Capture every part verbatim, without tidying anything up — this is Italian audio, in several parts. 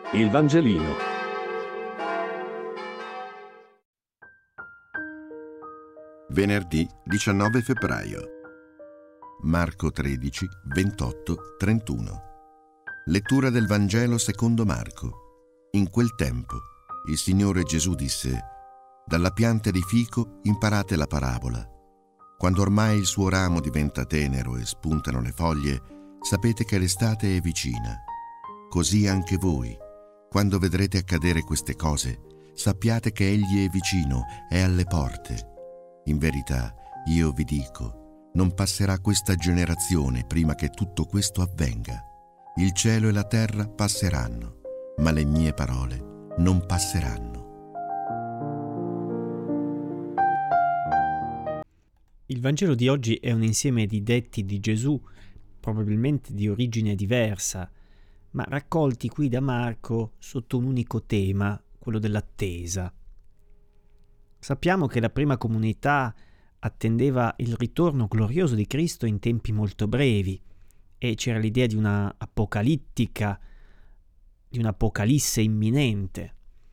Il Vangelino. Venerdì diciannove febbraio. Marco tredici, ventotto, trentuno. Lettura del Vangelo secondo Marco. In quel tempo il Signore Gesù disse: «Dalla pianta di fico imparate la parabola. Quando ormai il suo ramo diventa tenero e spuntano le foglie, sapete che l'estate è vicina. Così anche voi, quando vedrete accadere queste cose, sappiate che Egli è vicino, è alle porte. In verità, io vi dico, non passerà questa generazione prima che tutto questo avvenga. Il cielo e la terra passeranno, ma le mie parole non passeranno». Il Vangelo di oggi è un insieme di detti di Gesù, probabilmente di origine diversa, ma raccolti qui da Marco sotto un unico tema, quello dell'attesa. Sappiamo che la prima comunità attendeva il ritorno glorioso di Cristo in tempi molto brevi e c'era l'idea di una apocalittica, di un'apocalisse imminente.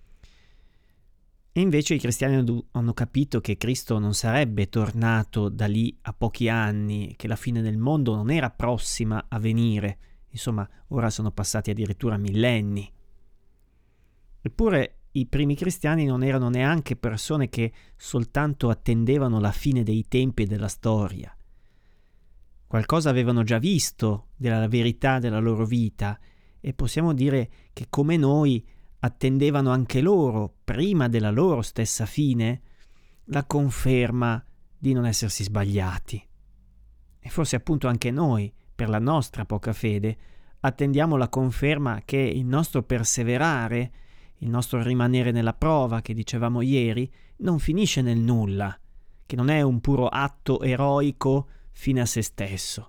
E invece i cristiani hanno capito che Cristo non sarebbe tornato da lì a pochi anni, che la fine del mondo non era prossima a venire. Insomma, ora sono passati addirittura millenni. Eppure i primi cristiani non erano neanche persone che soltanto attendevano la fine dei tempi e della storia. Qualcosa avevano già visto della verità della loro vita e possiamo dire che come noi attendevano anche loro, prima della loro stessa fine, la conferma di non essersi sbagliati. E forse appunto anche noi, per la nostra poca fede, attendiamo la conferma che il nostro perseverare, il nostro rimanere nella prova, che dicevamo ieri, non finisce nel nulla, che non è un puro atto eroico fine a se stesso.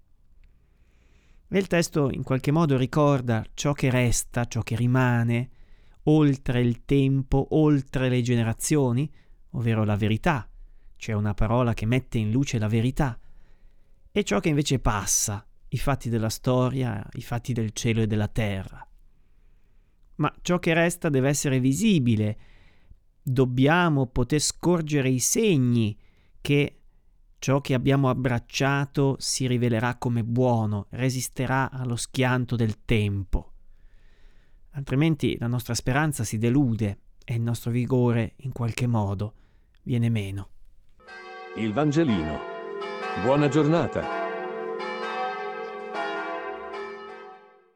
E il testo in qualche modo ricorda ciò che resta, ciò che rimane, oltre il tempo, oltre le generazioni, ovvero la verità. C'è una parola che mette in luce la verità, e ciò che invece passa, i fatti della storia, i fatti del cielo e della terra. Ma ciò che resta deve essere visibile. Dobbiamo poter scorgere i segni che ciò che abbiamo abbracciato si rivelerà come buono, resisterà allo schianto del tempo. Altrimenti la nostra speranza si delude e il nostro vigore in qualche modo viene meno. Il Vangelino. Buona giornata.